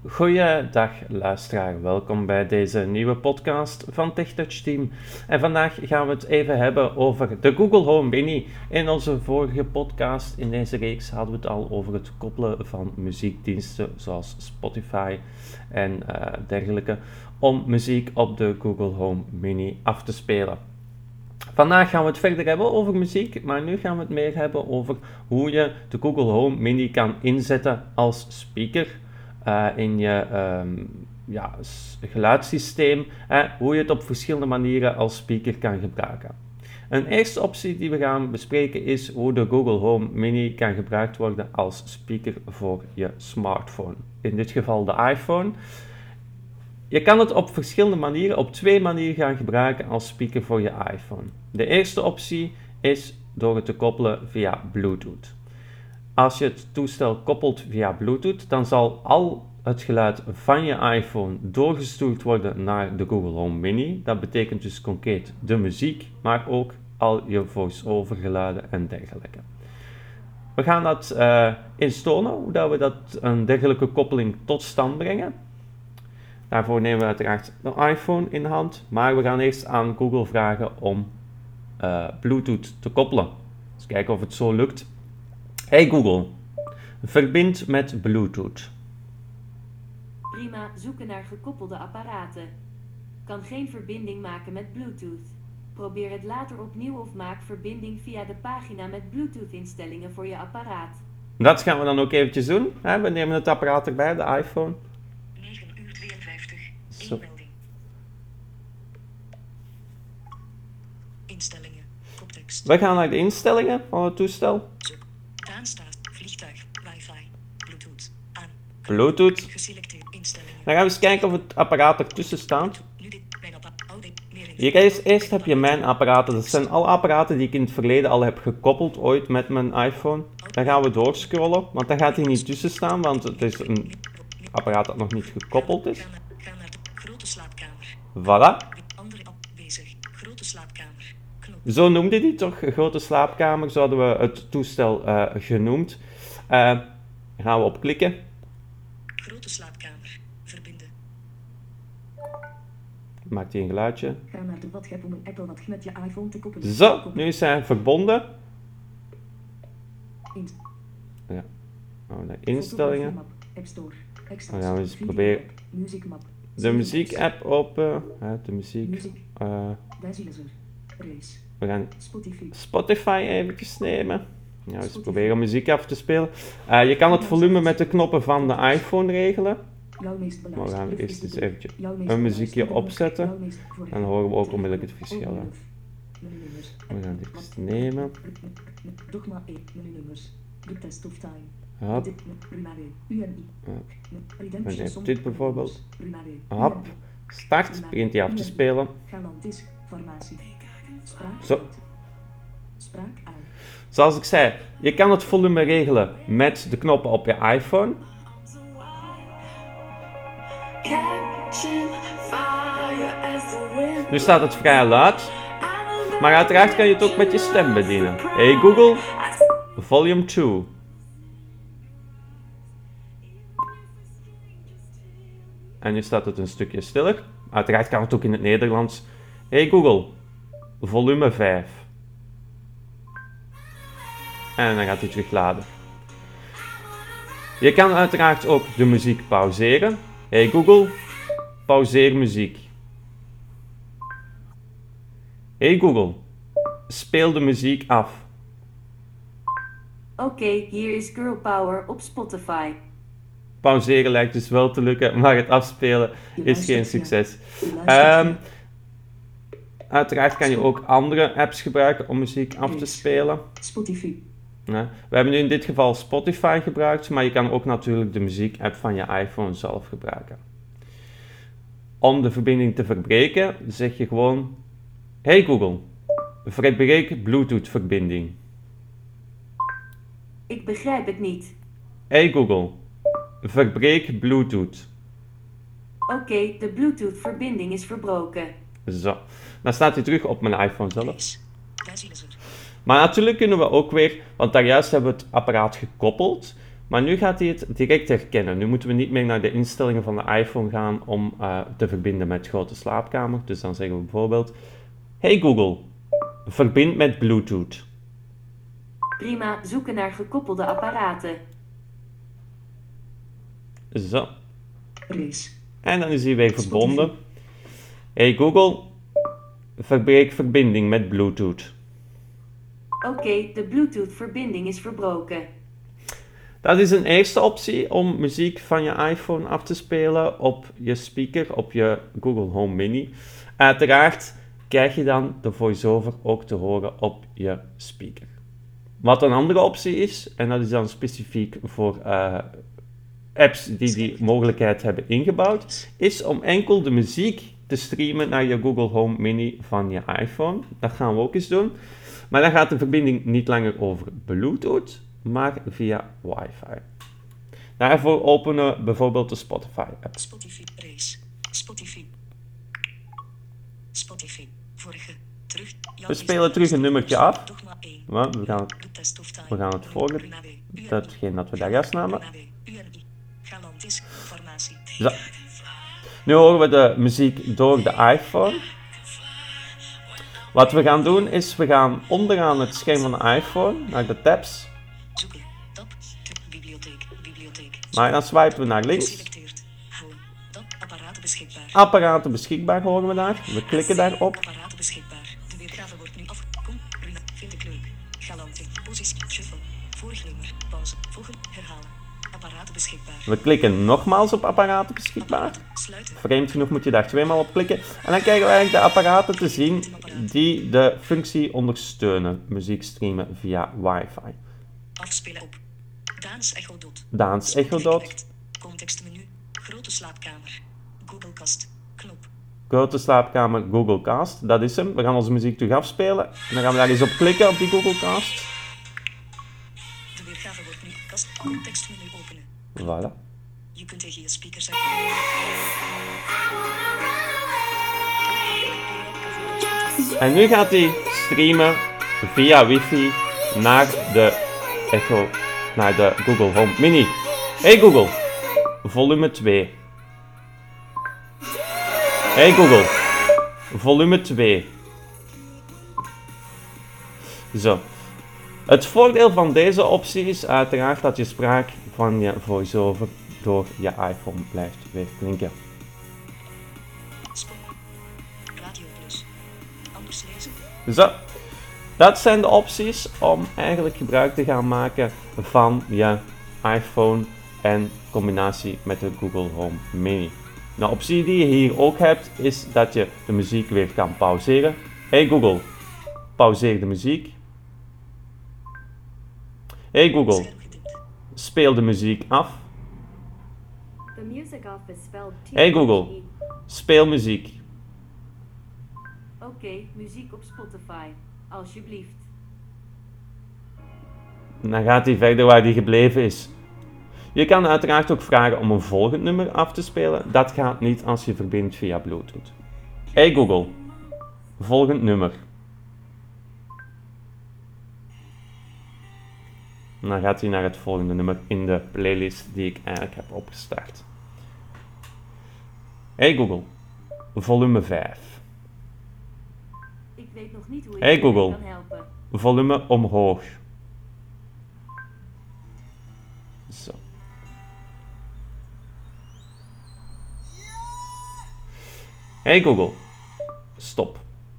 Goeiedag luisteraar, welkom bij deze nieuwe podcast van TechTouch Team. En vandaag gaan we het even hebben over de Google Home Mini. In onze vorige podcast in deze reeks hadden we het al over het koppelen van muziekdiensten zoals Spotify en dergelijke om muziek op de Google Home Mini af te spelen. Vandaag gaan we het verder hebben over muziek, maar nu gaan we het meer hebben over hoe je de Google Home Mini kan inzetten als speaker in je geluidssysteem, hoe je het op verschillende manieren als speaker kan gebruiken. Een eerste optie die we gaan bespreken is hoe de Google Home Mini kan gebruikt worden als speaker voor je smartphone. In dit geval de iPhone. Je kan het op verschillende manieren, op twee manieren gaan gebruiken als speaker voor je iPhone. De eerste optie is door het te koppelen via Bluetooth. Als je het toestel koppelt via Bluetooth, dan zal al het geluid van je iPhone doorgestuurd worden naar de Google Home Mini. Dat betekent dus concreet de muziek, maar ook al je voice-over geluiden en dergelijke. We gaan dat eens tonen, hoe dat we een dergelijke koppeling tot stand brengen. Daarvoor nemen we uiteraard de iPhone in de hand, maar we gaan eerst aan Google vragen om Bluetooth te koppelen. Dus kijken of het zo lukt. Hey Google, verbind met Bluetooth. Prima, zoeken naar gekoppelde apparaten. Kan geen verbinding maken met Bluetooth. Probeer het later opnieuw of maak verbinding via de pagina met Bluetooth-instellingen voor je apparaat. Dat gaan we dan ook eventjes doen. We nemen het apparaat erbij, de iPhone. 9:52. Zo. Inmelding. Instellingen. Koptekst. We gaan naar de instellingen van het toestel. Aanstaat. Vliegtuig. Wifi. Bluetooth. Aan. Bluetooth. Geselecteerd. Instellingen. Dan gaan we eens kijken of het apparaat ertussen staat. Nu dit. Mijn apparaat. Eerst heb je mijn apparaten. Dat zijn alle apparaten die ik in het verleden al heb gekoppeld, ooit met mijn iPhone. Dan gaan we doorscrollen, want dan gaat hij niet tussen staan, want het is een apparaat dat nog niet gekoppeld is. Ga naar de grote slaapkamer. Voilà. Andere app bezig. Grote slaapkamer. Knop. Zo noemde die toch? Een grote slaapkamer, zo hadden we het toestel genoemd. Daar gaan we op klikken. Grote slaapkamer. Verbinden. Maakt hij een geluidje. Ga naar de WhatsApp om een Apple Watch met je iPhone te koppelen. Zo, nu is hij verbonden. In- Ja. Dan gaan we naar instellingen. Fotografiemap, App Store, extra's, Dan gaan we eens video proberen app, muziekmap, de muziek-app open. De muziek. Muziek. Wijziger, Race, We gaan Spotify. Spotify eventjes nemen. Ja, eens proberen muziek af te spelen. Je kan het volume met de knoppen van de iPhone regelen. Jouw meest Maar we beluisterde gaan is eerst de eens deur. eventjes Jouw meest een muziekje beluisterde opzetten. jouw meest voor- Dan horen we ook onmiddellijk het verschil. Hè. Menunummers. We gaan dit eens nemen. Dogma 1, menunummers. The test of time. Hop. Dit, Rumare, UNI. Redemption Dan heb Song, dit bijvoorbeeld. Rumare, Hop. UNI. Start. Begint hij af te spelen. Galantis, farmacie. Spraak Zo. uit. Spraak aan. Zoals ik zei, je kan het volume regelen met de knoppen op je iPhone. Nu staat het vrij luid. Maar uiteraard kan je het ook met je stem bedienen. Hey Google, volume 2. En nu staat het een stukje stiller. Uiteraard kan het ook in het Nederlands. Hey Google, volume 5. En dan gaat hij terug laden. Je kan uiteraard ook de muziek pauzeren. Hey Google, pauzeer muziek. Hey Google, speel de muziek af. Oké, hier is Girl Power op Spotify. Pauzeren lijkt dus wel te lukken, maar het afspelen is geen succes. Uiteraard kan je ook andere apps gebruiken om muziek af te spelen. Spotify. Ja, we hebben nu in dit geval Spotify gebruikt, maar je kan ook natuurlijk de muziek-app van je iPhone zelf gebruiken. Om de verbinding te verbreken, zeg je gewoon: Hey Google, verbreek Bluetooth-verbinding. Ik begrijp het niet. Hey Google, verbreek Bluetooth. Oké, de Bluetooth-verbinding is verbroken. Zo, dan staat hij terug op mijn iPhone zelf. Race. Wijziger. Maar natuurlijk kunnen we ook weer, want daar juist hebben we het apparaat gekoppeld, Maar nu gaat hij het direct herkennen. Nu moeten we niet meer naar de instellingen van de iPhone gaan om te verbinden met grote slaapkamer. Dus dan zeggen we bijvoorbeeld: Hey Google, verbind met Bluetooth. Prima, zoeken naar gekoppelde apparaten. Zo. Race. En dan is hij weer verbonden. Hey Google, verbreek verbinding met Bluetooth. Oké, de Bluetooth-verbinding is verbroken. Dat is een eerste optie om muziek van je iPhone af te spelen op je speaker, op je Google Home Mini. Uiteraard krijg je dan de voice-over ook te horen op je speaker. Wat een andere optie is, en dat is dan specifiek voor apps die mogelijkheid hebben ingebouwd, is om enkel de muziek te streamen naar je Google Home Mini van je iPhone. Dat gaan we ook eens doen. Maar dan gaat de verbinding niet langer over Bluetooth, maar via wifi. Daarvoor openen we bijvoorbeeld de Spotify-app. Spotify. Race. Spotify. Spotify. Vorige. Terug. We spelen terug een nummertje af. Dogma 1. Maar we gaan het volgen. Datgene dat we daar juist namen. UNI. Galantis. Formatie. Zo. Nu horen we de muziek door de iPhone. Wat we gaan doen is, we gaan onderaan het scherm van de iPhone naar de tabs. Zoeken. Tab. Bibliotheek. Bibliotheek. Maar dan swipen we naar links. Geselecteerd. Home. Tab. Apparaten beschikbaar. Apparaten beschikbaar horen we daar. We klikken daarop. Apparaten beschikbaar. De weergave wordt nu af. Kom. Prima. Vind ik leuk. Galantie. Positie. Shuffle. Vorig nummer. Pauze. Volgende. Herhalen. Apparaten beschikbaar. We klikken nogmaals op apparaten beschikbaar. Sluiten. Vreemd genoeg moet je daar tweemaal op klikken. En dan krijgen we eigenlijk de apparaten te zien die de functie ondersteunen. Muziek streamen via wifi. Afspelen op. Daans Echo Dot. Daans Echo Dot. Contextmenu. Grote slaapkamer. Google-kast. Knop. Grote slaapkamer Google Cast. Dat is hem. We gaan onze muziek terug afspelen. En dan gaan we daar eens op klikken op die Google Cast. De weergave wordt nu kast. Contextmenu openen. Voilà. Je kunt tegen je speaker zeggen. En nu gaat hij streamen via wifi naar de Google Home Mini. Hey Google, volume 2. Hey Google, volume 2. Zo. Het voordeel van deze optie is uiteraard dat je spraak van je voice-over door je iPhone blijft weer klinken. Radio Plus. Anders lezen. Zo, dat zijn de opties om eigenlijk gebruik te gaan maken van je iPhone in combinatie met de Google Home Mini. De optie die je hier ook hebt is dat je de muziek weer kan pauzeren. Hey Google, pauzeer de muziek. Hey Google, Scherm gedimd. speel de muziek af. The music off is spelled Hey Google, speel muziek. Oké, muziek op Spotify. Alsjeblieft. Dan gaat hij verder waar hij gebleven is. Je kan uiteraard ook vragen om een volgend nummer af te spelen. Dat gaat niet als je verbindt via Bluetooth. Hey Google, volgend nummer. En dan gaat hij naar het volgende nummer in de playlist die ik eigenlijk heb opgestart. Hey Google, volume 5. Ik weet nog niet hoe ik Hey je Google. kan helpen. Volume omhoog. Zo. Hey Google, stop.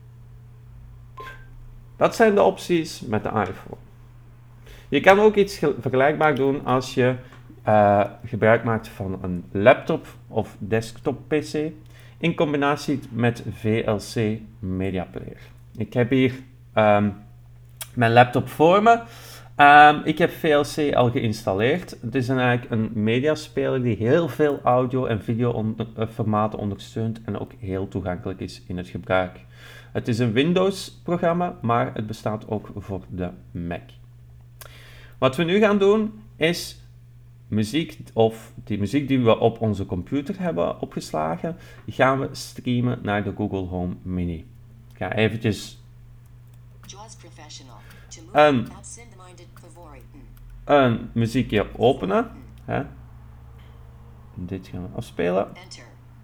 Dat zijn de opties met de iPhone. Je kan ook iets vergelijkbaar doen als je gebruik maakt van een laptop of desktop PC in combinatie met VLC Media Player. Ik heb hier mijn laptop voor me. Ik heb VLC al geïnstalleerd. Het is eigenlijk een mediaspeler die heel veel audio- en videoformaten ondersteunt en ook heel toegankelijk is in het gebruik. Het is een Windows-programma, maar het bestaat ook voor de Mac. Wat we nu gaan doen is die muziek die we op onze computer hebben opgeslagen, gaan we streamen naar de Google Home Mini. Ik ga eventjes een muziekje openen. Hè. Dit gaan we afspelen. Enter.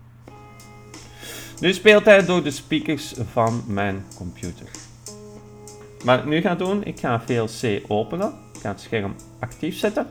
Nu speelt hij door de speakers van mijn computer. Wat ik nu ga doen, ik ga VLC openen. Ik ga het scherm actief zetten.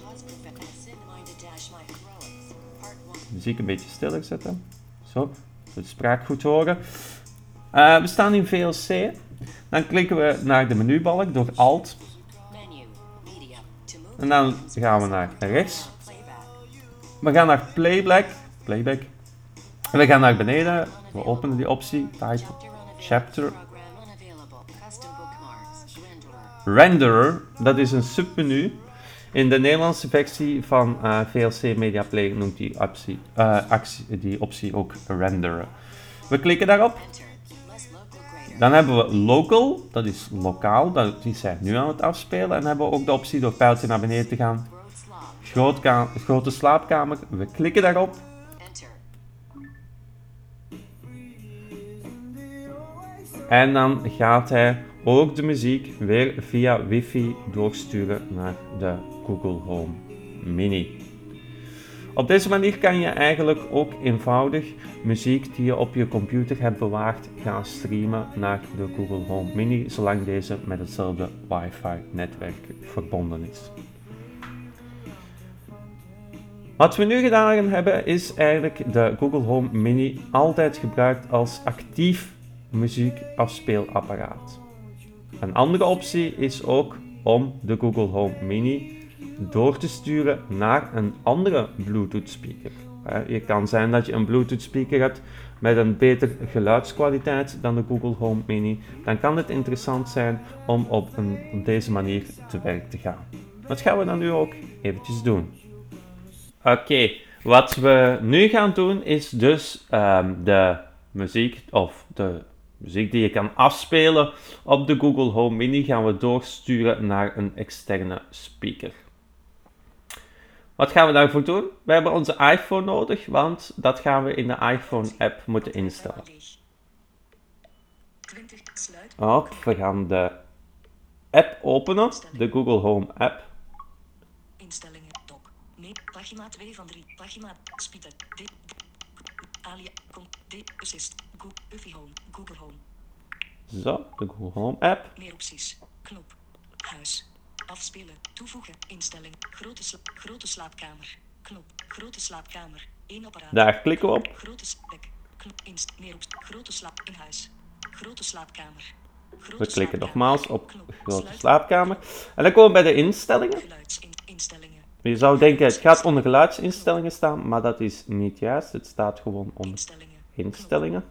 De muziek een beetje stiller zetten. Zo, de spraak goed horen. We staan in VLC. Dan klikken we naar de menubalk door Alt. Menu. Media. To move. En dan gaan we naar rechts. We gaan naar Playback. En we gaan naar beneden. We openen die optie. Title. Chapter. Program unavailable. Custom bookmarks. Renderer. Dat is een submenu. In de Nederlandse versie van VLC Media Player noemt die optie ook renderen. We klikken daarop. Enter. Less local grader. Dan hebben we local, dat is lokaal, die zijn nu aan het afspelen. En dan hebben we ook de optie door pijltje naar beneden te gaan. Growth slot. Grote slaapkamer, we klikken daarop. Enter. En dan gaat hij ook de muziek weer via wifi doorsturen naar de Google Home Mini. Op deze manier kan je eigenlijk ook eenvoudig muziek die je op je computer hebt bewaard gaan streamen naar de Google Home Mini, zolang deze met hetzelfde wifi-netwerk verbonden is. Wat we nu gedaan hebben is eigenlijk de Google Home Mini altijd gebruikt als actief muziekafspeelapparaat. Een andere optie is ook om de Google Home Mini door te sturen naar een andere Bluetooth speaker. Het kan zijn dat je een Bluetooth speaker hebt met een betere geluidskwaliteit dan de Google Home Mini. Dan kan het interessant zijn om op deze manier te werk te gaan. Dat gaan we dan nu ook eventjes doen. Oké, wat we nu gaan doen is dus de muziek die je kan afspelen op de Google Home Mini gaan we doorsturen naar een externe speaker. Wat gaan we daarvoor doen? We hebben onze iPhone nodig, want dat gaan we in de iPhone app moeten instellen. 20. Sluit. We gaan de app openen, de Google Home app. Instellingen. Doc. Nee. Pagina 2 van 3. Pagina. Speaker. Alia. Assist. Google Home. Google Home. Zo, de Google Home app. Meer opties. Knop. Huis. Afspelen. Toevoegen. Instelling. Grote slaapkamer. Knop. Grote slaapkamer. 1 apparaat. Daar klikken we op. Grote spek. Knop. Meer op. Grote slaap. In huis. Grote slaapkamer. We klikken nogmaals op Knop. grote Sluiten. slaapkamer. En dan komen we bij de instellingen. Geluidsinstellingen. Je zou denken het gaat onder geluidsinstellingen staan, maar dat is niet juist. Het staat gewoon onder Instellingen. instellingen.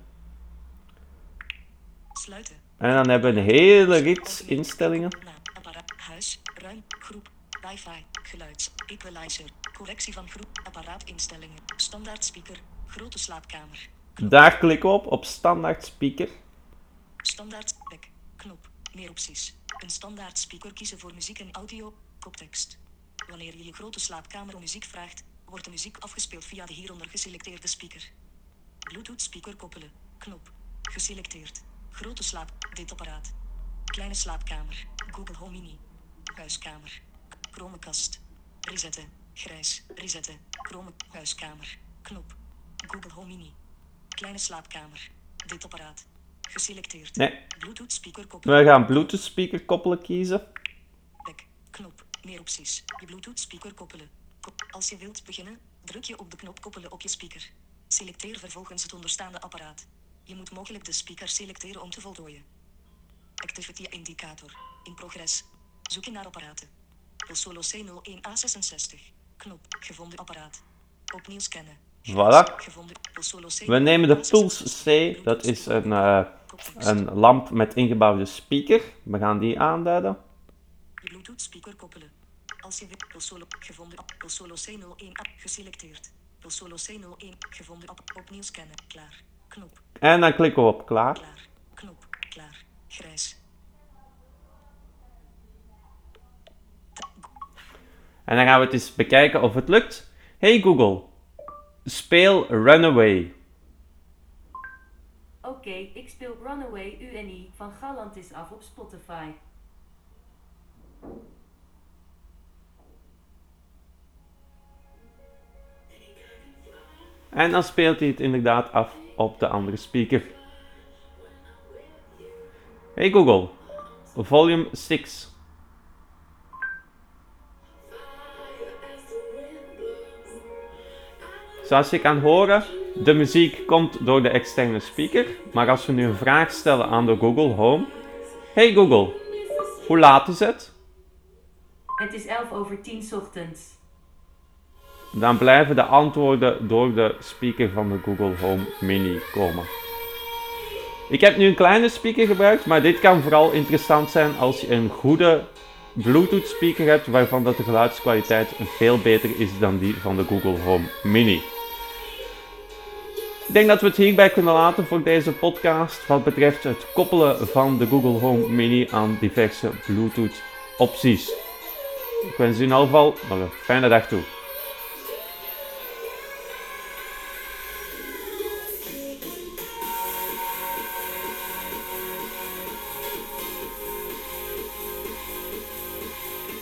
Sluiten. En dan hebben we een hele rits instellingen. Naam. Apparaat. Huis. Ruim. Groep. Wifi. Geluids. Equalizer. Correctie van groep. Apparaatinstellingen. Standaard speaker. Grote slaapkamer. Daar klikken we op standaard speaker. Standaard spek. Knop. Meer opties. Een standaard speaker kiezen voor muziek en audio. Koptekst. Wanneer je je grote slaapkamer om muziek vraagt, wordt de muziek afgespeeld via de hieronder geselecteerde speaker. Bluetooth speaker koppelen. Knop. Geselecteerd. Grote slaap. Dit apparaat. Kleine slaapkamer. Google Home Mini. Huiskamer. Chromecast. Resetten. Grijs. Resetten. Huiskamer. Knop. Google Home Mini. Kleine slaapkamer. Dit apparaat. Geselecteerd. Nee, Bluetooth speaker koppelen. we gaan Bluetooth speaker koppelen kiezen. Back. Knop. Meer opties. Je Bluetooth speaker koppelen. Als je wilt beginnen, druk je op de knop koppelen op je speaker. Selecteer vervolgens het onderstaande apparaat. Je moet mogelijk de speaker selecteren om te voltooien. Activity indicator. In progress. Zoeken naar apparaten. Solo C01A66. Knop. Gevonden apparaat. Opnieuw scannen. Voilà. Gevonden. Solo C01A66. We nemen de Pulse C, dat is een lamp met ingebouwde speaker. We gaan die aanduiden. Je Bluetooth speaker koppelen. Als je wilt, Solo gevonden Solo C01 geselecteerd. Solo C01 gevonden opnieuw scannen. Klaar. Knop. En dan klikken we op klaar. Klaar. Knop. Klaar. Grijs. En dan gaan we het eens bekijken of het lukt. Hey Google, speel Runaway. Oké, ik speel Runaway UNI van Galantis af op Spotify. En dan speelt hij het inderdaad af op de andere speaker. Hey Google, volume 6. Zoals je kan horen, de muziek komt door de externe speaker. Maar als we nu een vraag stellen aan de Google Home. Hey Google, hoe laat is het? Het is 11:10 ochtends. Dan blijven de antwoorden door de speaker van de Google Home Mini komen. Ik heb nu een kleine speaker gebruikt, maar dit kan vooral interessant zijn als je een goede Bluetooth speaker hebt waarvan dat de geluidskwaliteit veel beter is dan die van de Google Home Mini. Ik denk dat we het hierbij kunnen laten voor deze podcast wat betreft het koppelen van de Google Home Mini aan diverse Bluetooth opties. Ik wens u in ieder geval nog een fijne dag toe.